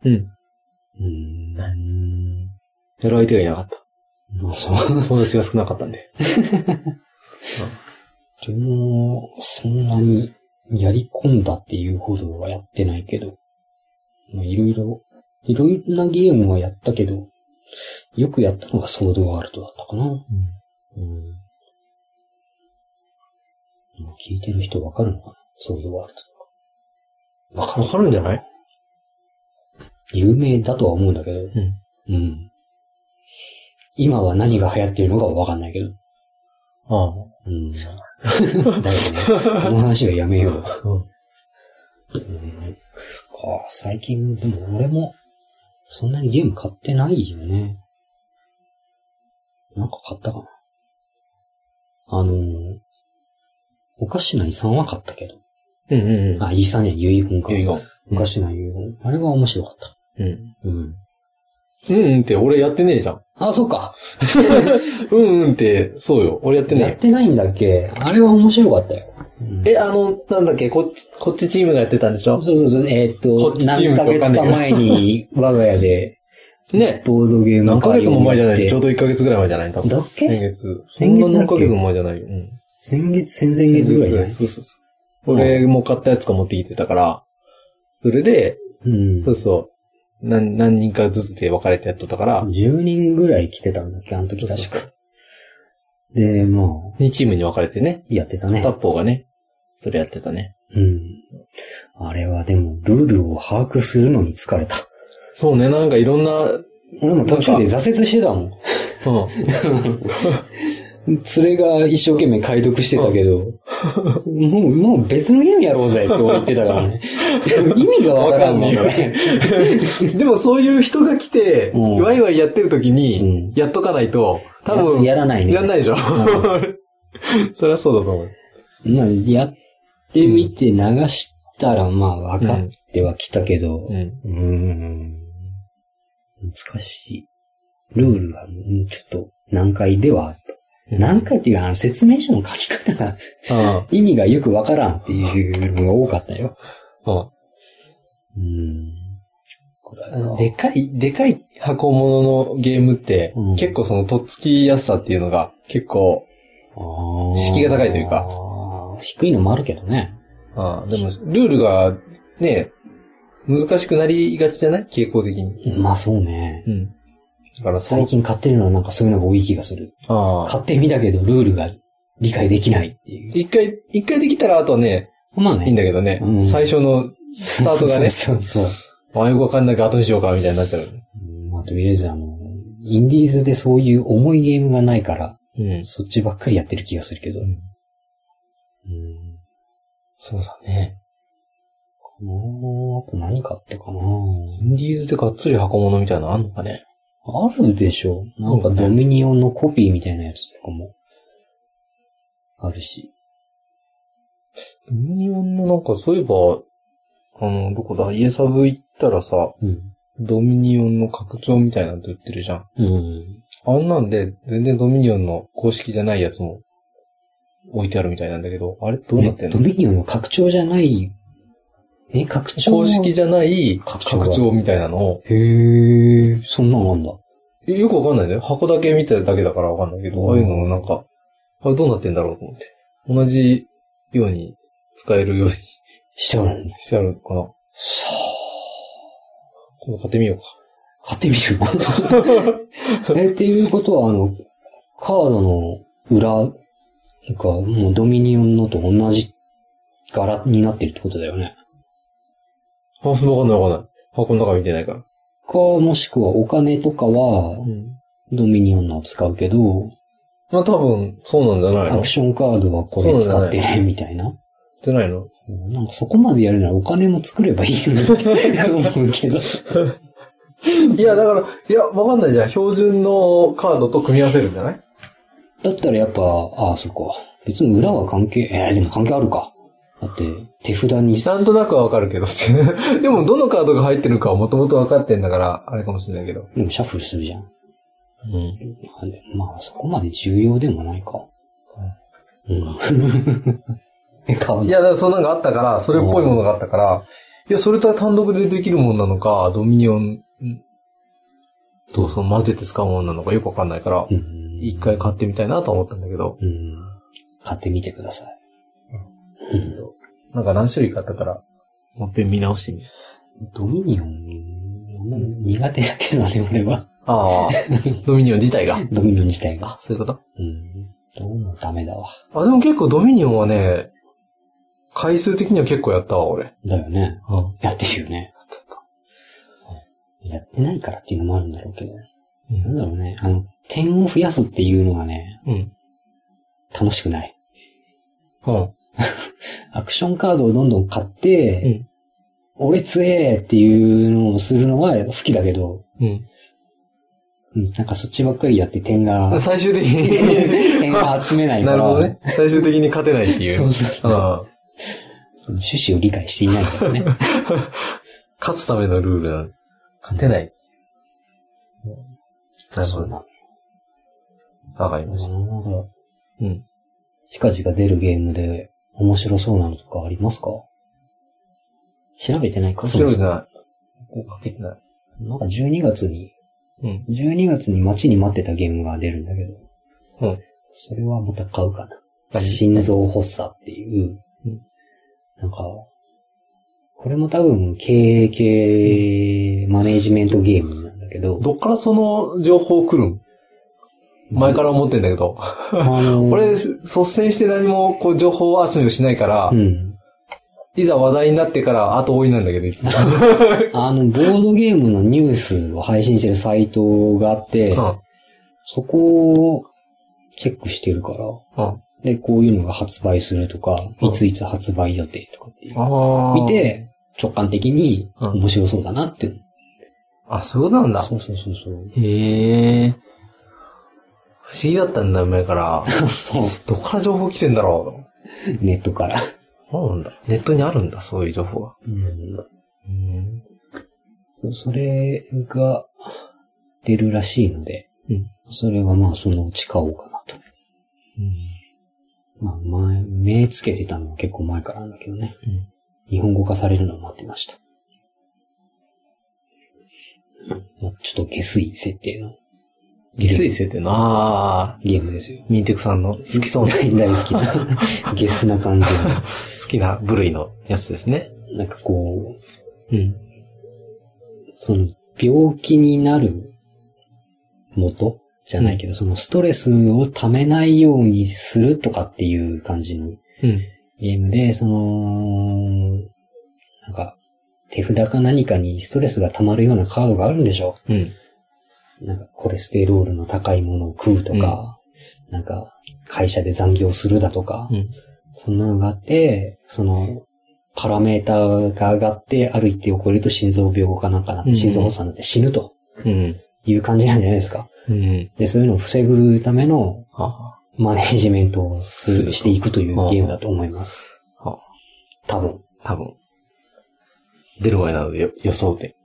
やる相手がいなかった。友達が少なかったんで。 でも、そんなにやり込んだっていうほどはやってないけど、いろいろなゲームはやったけど、よくやったのがソードワールドだったかな。聞いてる人わかるのかな？ソードワールド。 わかるんじゃない？ 有名だとは思うんだけど、今は何が流行ってるのかはわかんないけど。だよね。この話はやめよう。最近、でも俺も、そんなにゲーム買ってないよね。なんか買ったかな。おかしな遺産は買ったけど。遺産じゃん、遺言か。おかしな遺言。あれは面白かった。 って俺やってねえじゃん。 そっか。 って、そうよ。俺やってねえ。 やってないんだっけ？あれは面白かったよ。 なんだっけ、こっちチームがやってたんでしょ？ そう。何ヶ月か前に我が家で、 ね。 ボードゲーム何ヶ月も前じゃない。ちょうど1ヶ月ぐらい前じゃない多分。 だっけ？ 先月何ヶ月も前じゃないよ。 先々月ぐらいじゃない？ そう。俺も買ったやつか持ってきてたから、それで、何人かずつで分かれてやっとったから。 10人ぐらい来てたんだっけ、あの時確か。で、まあ。 2チームに分かれてね。 やってたね。 片方がね、それやってたね。 あれはでも、ルールを把握するのに疲れた。 そうね、なんかいろんな。 俺も途中で挫折してたもん。連れが一生懸命解読してたけど、もう別のゲームやろうぜって言ってたからね。意味がわからんもんね。 でもそういう人が来て、ワイワイやってる時に、やっとかないと、多分、 やらないね。 やんないでしょ。そりゃそうだと思う。 やってみて流したら、まあ分かってはきたけど、難しい。ルールがちょっと難解ではあった。難解っていうか、説明書の書き方が意味がよくわからんっていうのが多かったよ。 でかい箱物のゲームって、結構そのとっつきやすさっていうのが結構、敷居が高いというか。 低いのもあるけどね。 でも、ルールがね、難しくなりがちじゃない？傾向的に。 まあそうね。 だから最近買ってるのはなんかそういうのが多い気がする。買ってみたけどルールが理解できないっていう。 一回できたらあとはね、 まあね。 いいんだけどね。最初のスタートがね。 そう。 よくわかんないから後にしようかみたいになっちゃう。 まあとりあえずインディーズでそういう重いゲームがないから、そっちばっかりやってる気がするけど。 そうだね。 あと何買ったかな？ インディーズでがっつり箱物みたいなのあんのかね？ あるでしょ。なんかドミニオンのコピーみたいなやつとかもあるし。 ドミニオンのなんかそういえば、どこだ？家サブ行ったらさ、ドミニオンの拡張みたいなの売ってるじゃん。あんなんで全然ドミニオンの公式じゃないやつも置いてあるみたいなんだけど、あれどうなってんの？ ドミニオンの拡張じゃない拡張公式じゃない拡張みたいなのを。 へー、そんなのなんだ。 よくわかんないね。箱だけ見ただけだからわかんないけど、ああいうのなんか、あれどうなってんだろうと思って。同じように使えるようにしてあるんだ。 してあるのかな。 さあ。 今度買ってみようか。 買ってみるっていうことは、カードの裏が、もうドミニオンのと同じ柄になってるってことだよね。 わかんない。箱の中見てないから。 もしくはお金とかは、ドミニオンのを使うけど、 まあ多分、そうなんじゃないの？ アクションカードはこれ使ってね、みたいな。 じゃないの？ なんかそこまでやるならお金も作ればいいのにって思うけど。 いや、だから、わかんないじゃん。標準のカードと組み合わせるんじゃない？ だったらやっぱ、そっか。別に裏は関係、でも関係あるか。だって、手札に。 なんとなくはわかるけど。でも、どのカードが入ってるかはもともとわかってんだから、あれかもしれないけど。 でもシャッフルするじゃん。まあ、そこまで重要でもないか。いや、だからそうなんかあったから、それっぽいものがあったから、いや、それとは単独でできるものなのか、ドミニオンと混ぜて使うものなのかよくわかんないから、一回買ってみたいなと思ったんだけど。 買ってみてください。 なんか何種類買ったから、もう一遍見直してみる。 ドミニオン、苦手だけどね、俺は。 ドミニオン自体が。 ドミニオン自体が。 そういうこと？ どうもダメだわ。 でも結構ドミニオンはね、回数的には結構やったわ、俺。 だよね。やってるよね。やってないからっていうのもあるんだろうけど。なんだろうね。点を増やすっていうのがね、楽しくない。アクションカードをどんどん買って、俺強えっていうのをするのは好きだけど、なんかそっちばっかりやって点が、 最終的に点が集めないから。 なるほどね。最終的に勝てないっていう。 そう。趣旨を理解していないからね。 勝つためのルールなの。勝てない。なるほど。わかりました。 近々出るゲームで面白そうなのとかありますか？調べてないか？ 調べてない。かけてない。 なんか12月に待ちに待ってたゲームが出るんだけど。それはまた買うかな。心臓発作っていう。なんか、これも多分経営系マネージメントゲームなんだけど。 どっからその情報来るん？前から思ってんだけど。俺、率先して何もこう情報集めをしないから、いざ話題になってから後追いなんだけど、いつも。ボードゲームのニュースを配信してるサイトがあって、そこをチェックしてるから、で、こういうのが発売するとか、いついつ発売予定とかっていう。見て、直感的に面白そうだなって。 そうなんだ。 そう。 へえ。不思議だったんだよ、前から。 そう。 どっから情報来てんだろう。ネットから。 そうなんだ。ネットにあるんだ、そういう情報が。 それが出るらしいので、それはまあそのうち買おうかなと。まあ目つけてたのは結構前からなんだけどね。日本語化されるのを待ってました。ちょっと下水設定の。 下水設定のゲームですよ。 ミンテクさんの好きそうな。 大好きな。ゲスな感じの。 好きな部類のやつですね。 なんかこう、その病気になる元じゃないけど、そのストレスを溜めないようにするとかっていう感じのゲームで、なんか手札か何かにストレスが溜まるようなカードがあるんでしょ。なんかコレステロールの高いものを食うとか、なんか会社で残業するだとか、そんなのがあって、そのパラメーターが上がってある一定を超えると心臓病かなんかな、心臓発作になって死ぬという感じなんじゃないですか。で、そういうのを防ぐためのマネージメントをしていくというゲームだと思います。多分。 出る前なので予想で。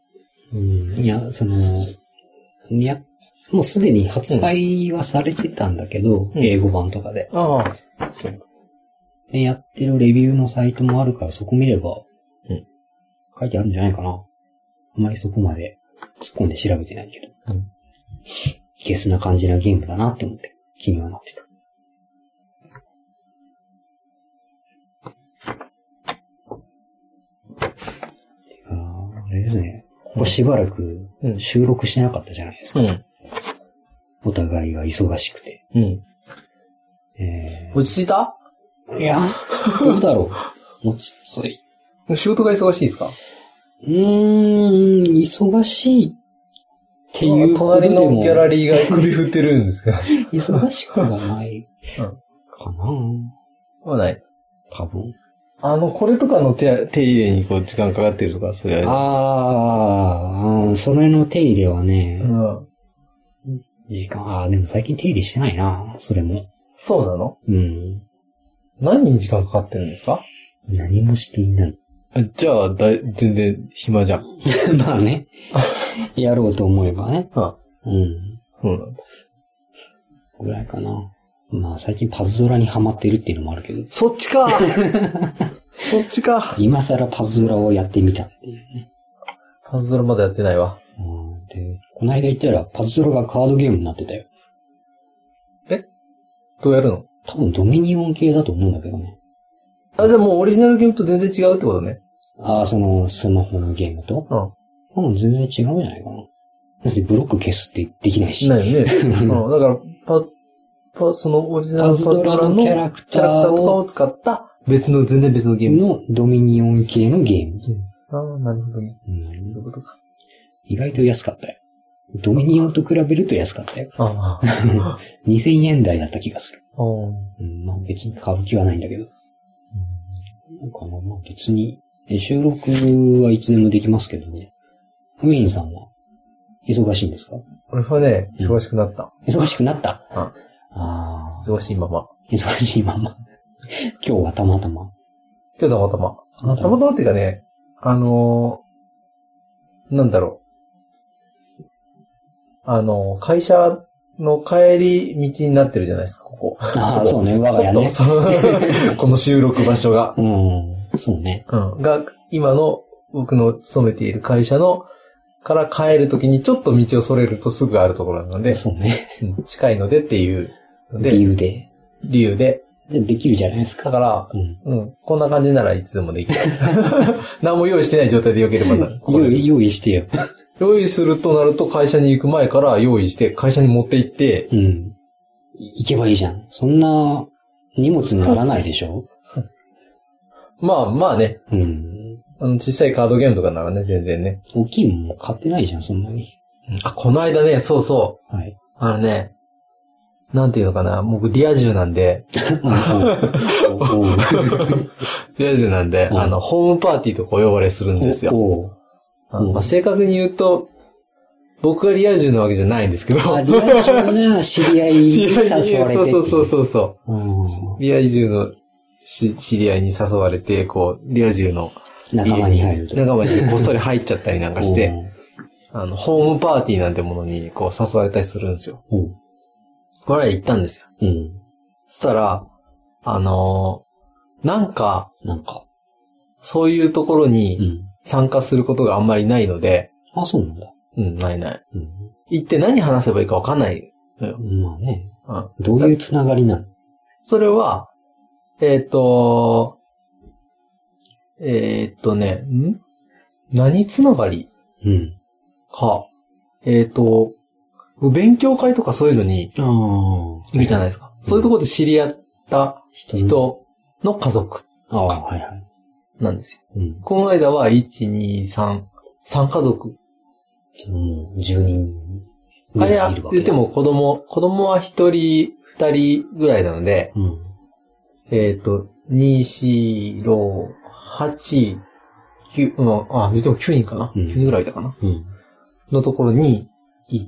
もうすでに発売はされてたんだけど、英語版とかで。で、やってるレビューのサイトもあるからそこ見れば、 書いてあるんじゃないかな。あまりそこまで突っ込んで調べてないけど。いけすな感じなゲームだなって思って気にはなってた。あれですね。ここしばらく収録してなかったじゃないですか。お互いが忙しくて。 落ち着いた？ いや、どうだろう。落ち着い。 仕事が忙しいですか？ 忙しいっていうことでも。 隣のギャラリーが首振ってるんですが。 忙しくはないかな。 はない。 多分。 これとかの手入れにこう時間かかってるとか、そういうそれの手入れはね、 時間、でも最近手入れしてないな、それも。 そうなの？ 何に時間かかってるんですか？ 何もしていない。 じゃあ、全然暇じゃん。 まあね。やろうと思えばね。 そうなんだ。 ぐらいかな。まあ最近パズドラにハマってるっていうのもあるけど。 そっちかそっちか今更パズドラをやってみたっていうね。 パズドラまだやってないわ。 で、この間言ったらパズドラがカードゲームになってたよ。 どうやるの？ 多分ドミニオン系だと思うんだけどね。 じゃあもうオリジナルゲームと全然違うってことね。 そのスマホのゲームと？多分全然違うんじゃないかな。だってブロック消すってできないし。 ないよね。だからそのオリジナルパズドラのキャラクターとかを使った全然別のゲーム。 のドミニオン系のゲーム。 なるほどね。そういうことか。 意外と安かったよ。ドミニオンと比べると安かったよ。2000円台だった気がする。まあ別に買う気はないんだけど。まあ別に、収録はいつでもできますけど、ウィンさんは忙しいんですか？ 俺はね、忙しくなった。 忙しくなった？ 忙しいまま。 忙しいまま。今日はたまたま。 たまたまっていうかね、なんだろう。会社の帰り道になってるじゃないですか、ここ。 そうね、我が家ね。 この収録場所が。 そうね。 が、今の僕の勤めている会社のから帰るときにちょっと道をそれるとすぐあるところなので、 そうね。 近いのでっていうので。理由で。 できるじゃないですか。 だから、こんな感じならいつでもできる。何も用意してない状態でよければなる。 用意してよ。 用意するとなると会社に行く前から用意して会社に持って行って、 行けばいいじゃん。そんな荷物にならないでしょ？ まあね。小さいカードゲームとかならね、全然ね。 大きいもんも買ってないじゃん、そんなに。 この間ね、そうそう。 はい。 なんていうのかな、僕リア充なんで。リア充なんで、ホームパーティーとかお呼ばれするんですよ。正確に言うと、僕がリア充なわけじゃないんですけど。 リア充な知り合いに誘われて。 そう。リア充の知り合いに誘われて、こう、リア充の仲間に入ると。 仲間にこっそり入っちゃったりなんかして、ホームパーティーなんてものにこう誘われたりするんですよ。これ行ったんですよ。そしたら、なんか、そういうところに参加することがあんまりないので。 そうなんだ。 ない。行って何話せばいいかわかんないのよ。 まあね。どういうつながりなの？ それは、何つながりか、勉強会とかそういうのに行くじゃないですか。そういうところで知り合った人の家族なんですよ。この間は1、2、3家族。 10人ぐらいいるわけだ。 言っても子供は1人、2人ぐらいなので、2、4、8、9、言っても9人かな、?9 人ぐらいいたかな、のところに行って、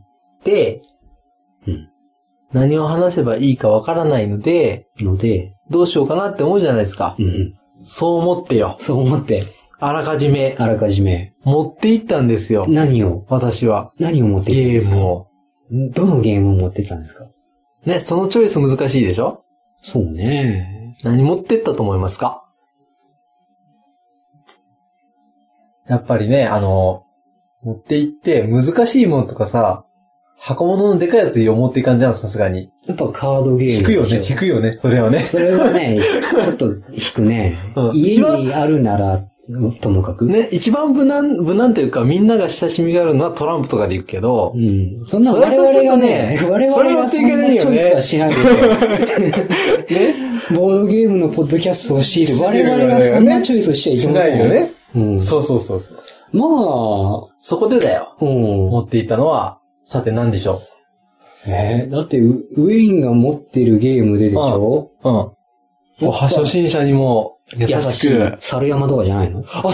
何を話せばいいかわからないので、どうしようかなって思うじゃないですか。そう思ってよ。あらかじめ。持って行ったんですよ。 何を？ 私は。 何を持って行ったんですか？ ゲームを。 どのゲームを持ってったんですか？ ね、そのチョイス難しいでしょ？ そうね。 何持ってったと思いますか？ やっぱりね、持って行って、難しいものとかさ、箱物のでかいやつ持っていかんじゃん、さすがに。 やっぱカードゲーム。 引くよね、それはね。 それはね、ちょっと引くね。家にあるなら、ともかく。 ね、一番無難というか、みんなが親しみがあるのはトランプとかで行くけど。 うん。そんな我々がね、我々がそんなチョイスはしないですよ。ね。ボードゲームのポッドキャストをしている我々がそんなチョイスをしちゃいけない。 しないよね。 うん。 そう。 まあ、 そこでだよ。 うん。 持っていったのは、さて何でしょう。だってウェインが持ってるゲームでしょ？ うん。初心者にも優しく。 猿山とかじゃないの？ 当た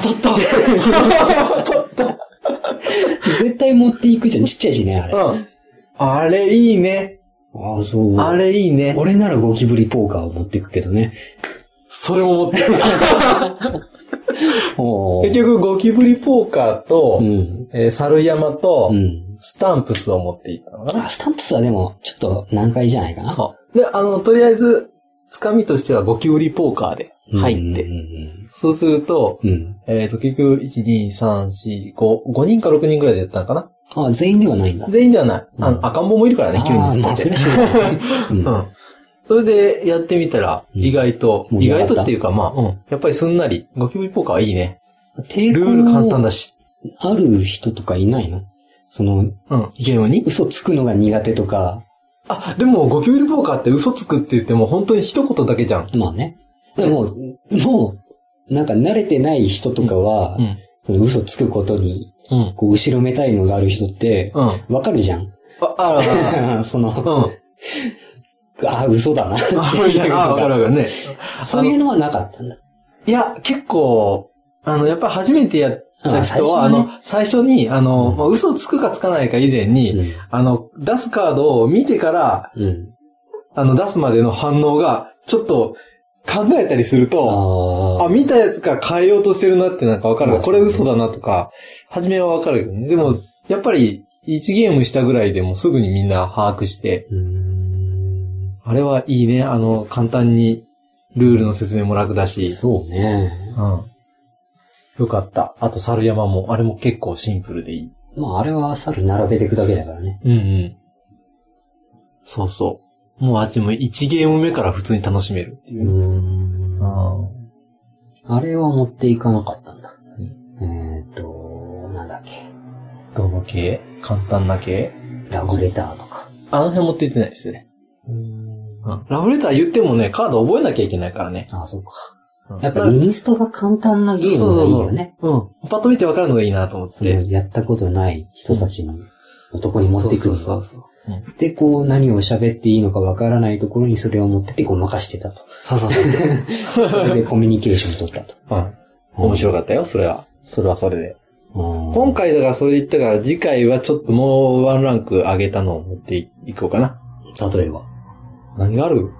った絶対持っていくじゃん。ちっちゃいしね、あれ。 うん。あれいいね。 ああ、そう。 あれいいね。 俺ならゴキブリポーカーを持っていくけどね。 それも持っていく。結局ゴキブリポーカーと、猿山と、スタンプスを持っていったのかな。 スタンプスはでも、ちょっと難解じゃないかな。 そう。で、とりあえず、つかみとしてはゴキブリポーカーで入って。そうすると、結局、1、2、3、4、5人か6人くらいでやったのかな。 あ、全員ではないんだ。 全員ではない。赤ん坊もいるからね、9人って。それでやってみたら、意外とっていうか、やっぱりすんなり、ゴキブリポーカーはいいね。ルール簡単だし。 ある人とかいないの？ ゲームに嘘つくのが苦手とか。 あ、でもゴキブリポーカーって嘘つくって言っても本当に一言だけじゃん。 まあね。でも、なんか慣れてない人とかは、その嘘つくことに、こう後ろめたいのがある人って、わかるじゃん。嘘だな。 わかるね。 そういうのはなかったんだ。 いや、結構、やっぱ初めてやった人は、最初に、嘘つくかつかないか以前に、出すカードを見てから、出すまでの反応が、ちょっと、考えたりすると、見たやつから変えようとしてるなってなんかわかる。これ嘘だなとか、初めはわかるよね。でも、やっぱり、1ゲームしたぐらいでもすぐにみんな把握して、あれはいいね。簡単にルールの説明も楽だし。 そうね。 よかった。あと、猿山も、あれも結構シンプルでいい。 まあ、あれは猿並べていくだけだからね。 そうそう。もうあっちも1ゲーム目から普通に楽しめるっていう。 あれは持っていかなかったんだ。なんだっけ。 どの系？簡単な系？ ラブレターとか。 あの辺持っていってないですね。ラブレター言ってもね、カード覚えなきゃいけないからね。 あ、そうか。やっぱインストが簡単なゲームがいいよね。 パッと見てわかるのがいいなと思って。 やったことない人たちのとこに持ってくる。で、こう何を喋っていいのかわからないところにそれを持っててごまかしてたと。 それでコミュニケーション取ったと。 面白かったよ、それは。それはそれで。今回だからそれで言ったから、次回はちょっともうワンランク上げたのを持っていこうかな。 例えば。 何がある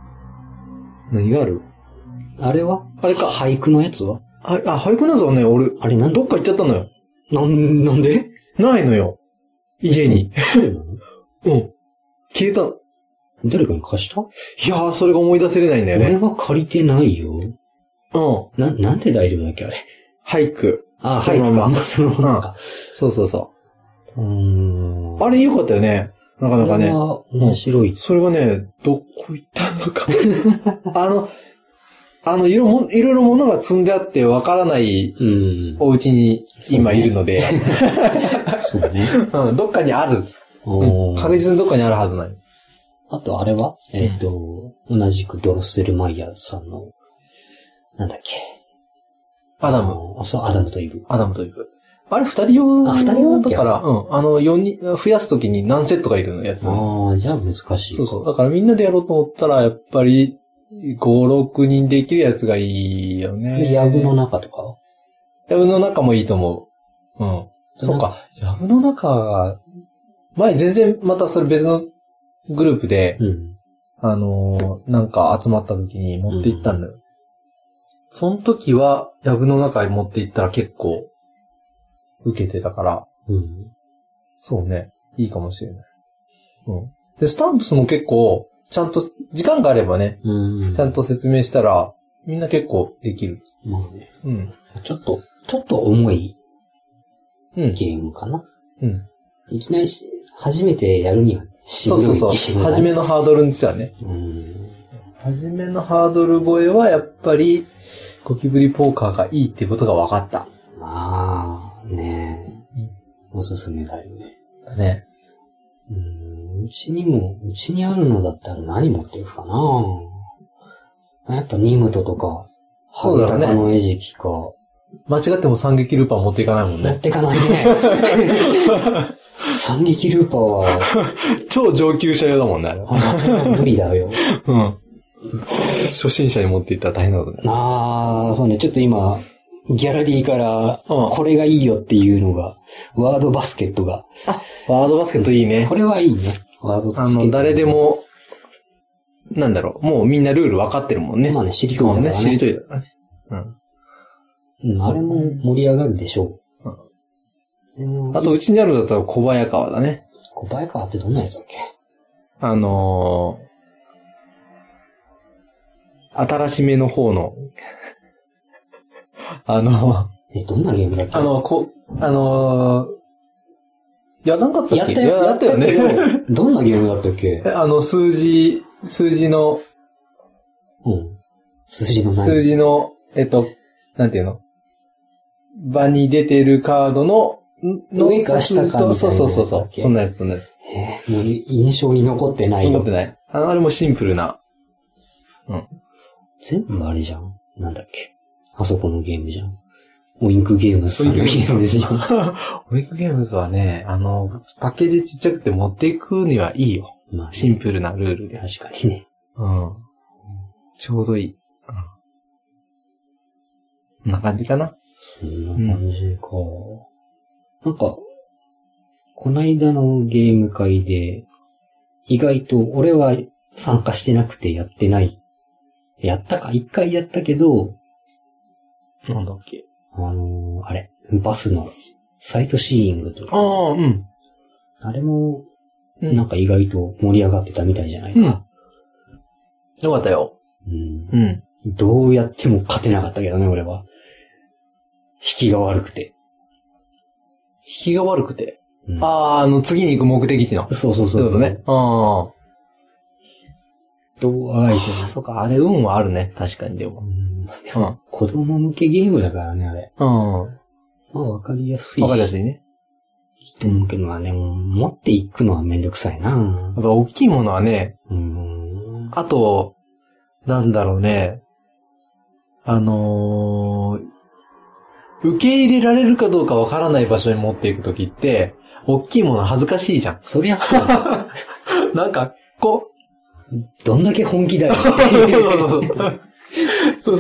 あれはあれか、俳句のやつは俳句のやつはね、俺、あれどっか行っちゃったのよ。 なんで？ ないのよ。家に。消えたの。 誰かに貸した？ いやー、それが思い出せれないんだよね。 俺は借りてないよ。なんで大丈夫だっけ、あれ。 俳句。 俳句か。そのままか。 そう。あれ良かったよね。なかなかね。 面白い。 それがね、どこ行ったのか。いろいろ物が積んであってわからないお家に今いるので。 そうね。 どっかにある。確実にどっかにあるはずない。 あとあれは同じくドロッセルマイヤーさんの、なんだっけ。 アダム。 そう、アダムとイブ。 あれ二人用二人用だから、4人、増やすときに何セットかいるのやつ。 じゃあ難しい。 そう。だからみんなでやろうと思ったら、やっぱり、5、6人できるやつがいいよね。 ヤグの中とかは？ ヤグの中もいいと思う。そうか。ヤグの中が、前全然またそれ別のグループで、なんか集まった時に持って行ったんだよ。その時は、ヤグの中に持って行ったら結構、受けてたから、そうね。いいかもしれない。で、スタンプスも結構、ちゃんと、時間があればね、ちゃんと説明したら、みんな結構できる。 まあね。ちょっと重いゲームかな。 うん。 いきなり初めてやるにはしんどいゲームだね。 そう。初めのハードルにしてはね。初めのハードル超えはやっぱり、ゴキブリポーカーがいいっていうことが分かった。 まあ、ねえ。おすすめだよね。 だね。 うちにあるのだったら何持っていくかな。やっぱニムトとか、 そうだね。 ハゲタカの餌食か。 間違っても三撃ルーパー持っていかないもんね。 持っていかないね。三撃ルーパーは、 超上級者用だもんね。 無理だよ。 うん。初心者に持っていったら大変なことね。 そうね、ちょっと今、ギャラリーから、これがいいよっていうのが、ワードバスケットが。 ワードバスケットいいね。 これはいいね。ワードバスケット。 誰でも、なんだろう、もうみんなルール分かってるもんね。 まあね、知りといたからね。 知りといたからね。 あれも盛り上がるでしょう。あと、うちにあるんだったら小早川だね。 小早川ってどんなやつだっけ？ 新しめの方の、 どんなゲームだっけ？ やらなかったっけ？ やったよね。どんなゲームだったっけ？ 数字の、 数字の何？ 数字の、なんていうの？場に出てるカードの上か下かみたいなやつだっけ？ そう。そんなやつ。 もう印象に残ってないよ。 残ってない。あれもシンプルな。 全部あれじゃん。なんだっけ。あそこのゲームじゃん。オインクゲームズさんのゲームですよ。 オインクゲームズはね、パッケージちっちゃくて持っていくにはいいよ。まあ、シンプルなルールで。 確かにね。 ちょうどいい。こんな感じかな。 そんな感じか。なんか、こないだのゲーム会で、意外と俺は参加してなくてやってない。やったか一回やったけど、 なんだっけあれ、バスのサイトシーイングとか。あれも、なんか意外と盛り上がってたみたいじゃないか。 よかったよ。 どうやっても勝てなかったけどね、俺は。引きが悪くて。 引きが悪くて。次に行く目的地の。 そう。 そういうことね。 どうあがいても。 そうか、あれ運はあるね。確かにでも。 子供向けゲームだからね、あれ。まあ、わかりやすい。 わかりやすいね。 と思うけどね、持っていくのはめんどくさいな。 やっぱ大きいものはね、あと、なんだろうね、受け入れられるかどうかわからない場所に持っていくときって、大きいもの恥ずかしいじゃん。 そりゃそうだ。 なんか、 どんだけ本気だよ。 そう。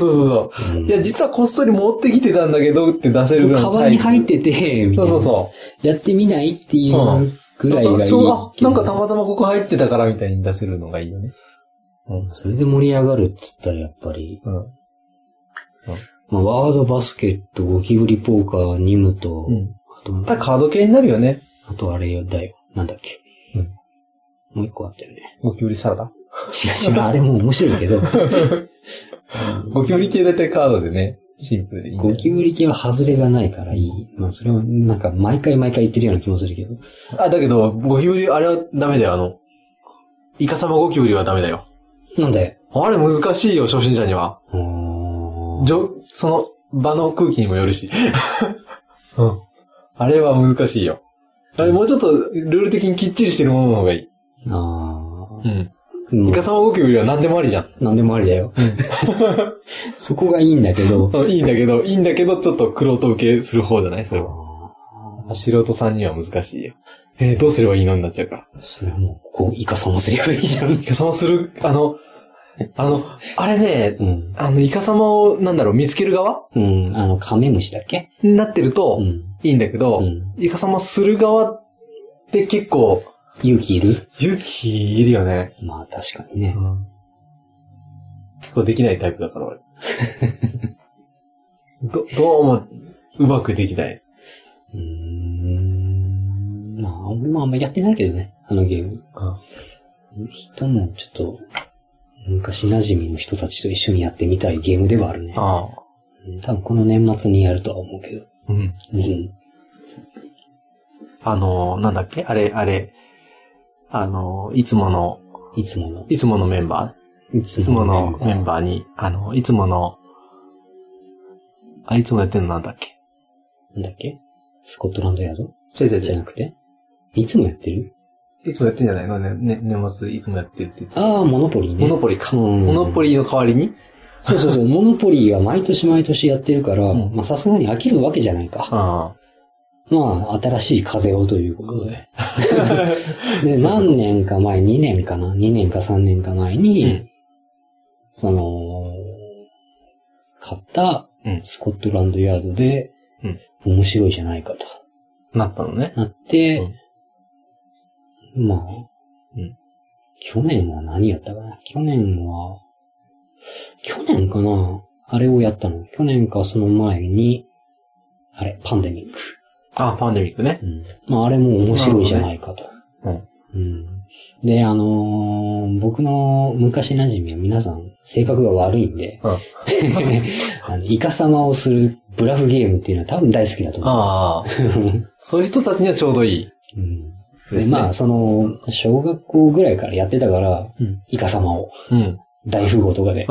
いや、実はこっそり持ってきてたんだけどって出せるぐらいのカバンに入ってて、みたいな。 そう。 やってみないっていうぐらいがいい。 なんかたまたまここ入ってたからみたいに出せるのがいいよね。 それで盛り上がるって言ったらやっぱり、ワードバスケット、ゴキブリポーカー、ニムと、 あとカード系になるよね。 あとあれだよ。なんだっけ。もう一個あったよね。 ゴキブリサラダ？ 違う、あれも面白いけど。 ゴキブリ系だいたいカードでね、シンプルでいい。 ゴキブリ系は外れがないからいい。まあそれはなんか毎回言ってるような気もするけど。 だけど、ゴキブリ、あれはダメだよ、イカサマゴキブリはダメだよ。 なんで？ あれ難しいよ、初心者には。その場の空気にもよるし。あれは難しいよ。もうちょっとルール的にきっちりしてるものの方がいい。イカサマゴキブリは何でもありじゃん。 何でもありだよ。そこがいいんだけど。 いいんだけど、ちょっと玄人受けする方じゃないそれは。素人さんには難しいよ。どうすればいいのになっちゃうから。 それはもう、イカサマすればいいじゃん。 イカサマする、あれね、イカサマを、見つける側カメムシだっけになってると、いいんだけど、イカサマする側って結構、 勇気いるよね。 まあ確かにね。 結構できないタイプだから俺。どうも、うまくできない。 まあ、俺もあんまやってないけどね、あのゲーム。人もちょっと、昔馴染みの人たちと一緒にやってみたいゲームではあるね。多分この年末にやるとは思うけど。 なんだっけあれ、いつものメンバーいつものメンバーに、いつもやってんのなんだっけスコットランドヤードじゃなくていつもやってるいつもやってんじゃないのね、年末いつもやってるって言って。 ああ、モノポリーね。 モノポリか。モノポリの代わりにそう。モノポリーは毎年やってるから、まあさすがに飽きるわけじゃないか。まあ、新しい風をということで。で、何年か前、2年か3年か前に、買ったスコットランドヤードで、面白いじゃないかと。 なったのね。 なって、まあ、去年は何やったかな去年かなあれをやったの。去年かその前に、パンデミック。 あ、パンデミックね。 まあ、あれも面白いじゃないかと。で、僕の昔馴染みは皆さん性格が悪いんで、イカサマをするブラフゲームっていうのは多分大好きだと思う。 そういう人たちにはちょうどいい。 で、まあ、小学校ぐらいからやってたから、イカサマを。大富豪とかで。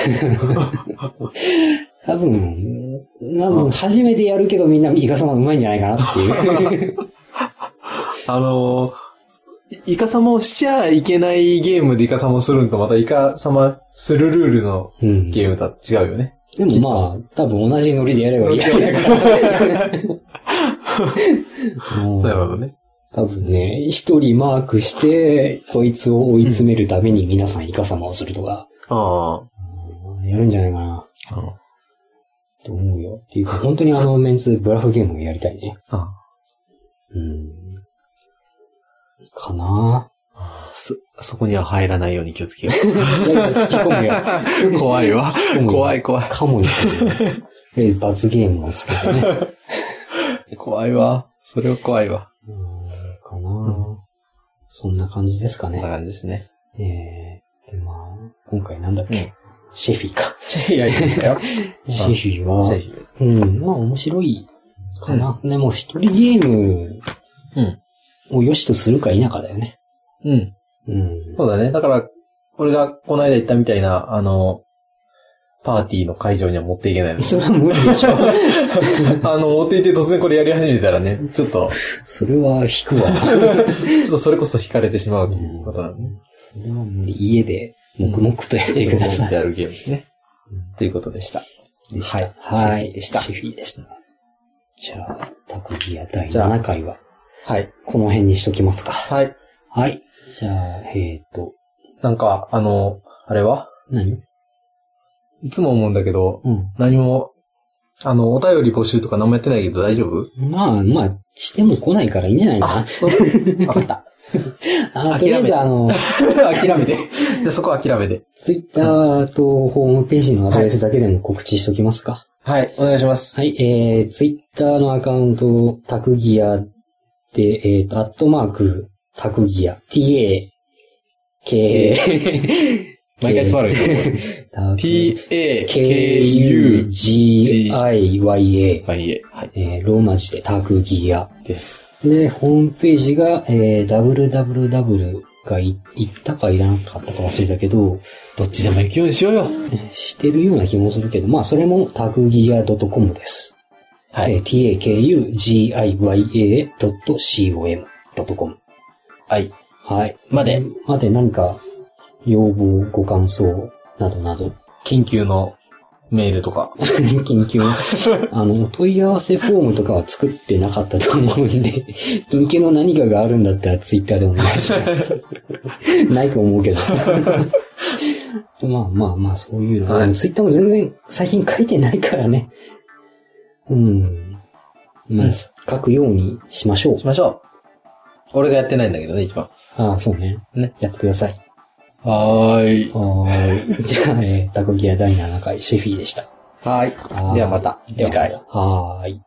多分、初めてやるけどみんなイカサマ上手いんじゃないかなっていう。 イカサマをしちゃいけないゲームでイカサマをするのとまたイカサマするルールのゲームとは違うよね。 でもまあ、多分同じノリでやればいい。なるほどね。 多分ね、一人マークして、こいつを追い詰めるために皆さんイカサマをするとか。やるんじゃないかな。と思うよ。っていうか、本当にメンツでブラフゲームをやりたいね。かなそこには入らないように気をつけよう。 聞き込むよ。 怖いわ。怖い。 カモにつけて、罰ゲームをつけてね。 怖いわ。それは怖いわ。 かなそんな感じですかね。 そんな感じですね。 でまあ、今回なんだっけ、シェフィか。 いや、いいんだよ。 シェフィは、まあ面白いかな。でも一人ゲームを良しとするか否かだよね。 そうだね。だから、俺がこの間言ったみたいな、パーティーの会場には持っていけないの。 それは無理でしょ。 持っていて突然これやり始めたらね、ちょっと。 それは引くわ。 ちょっとそれこそ引かれてしまうということだね。 それは無理。家で黙々とやってください。 やるゲームですね。ということでした。 はい。シェフィでした。じゃあ、タクギア第7回は。この辺にしときますか。はい。じゃあ、 なんか、あれは何いつも思うんだけど、何も、お便り募集とか何もやってないけど大丈夫？ まあ、しても来ないからいいんじゃないかな。 わかった。 とりあえず諦めて。で、そこは諦めて。 ツイッターとホームページのアドレスだけでも告知しときますか。 はい、お願いします。 はい、ツイッターのアカウント、タクギアで、@タクギア、TAK、 毎回座る。 TAKUGIYA。ローマ字でタクギアです。で、ホームページが、www が言ったかいらなかったか忘れたけど、 どっちでも行くようにしようよ。 してるような気もするけど、まあ、それもタクギア .com です。はい。takugiya.com。 はい。 はい。まで何か、要望、ご感想、などなど。 緊急のメールとか。 緊急。問い合わせフォームとかは作ってなかったと思うんで、緊急の何かがあるんだったらツイッターでお願いします。ないと思うけど。まあ、そういうの。ツイッターも全然最近書いてないからね。まあ、書くようにしましょう。 俺がやってないんだけどね、一番。 ああ、そうね。やってください。 はーい。 じゃあ、タコギア第7回シェフィーでした。 はい。ではまた、次回。 はーい。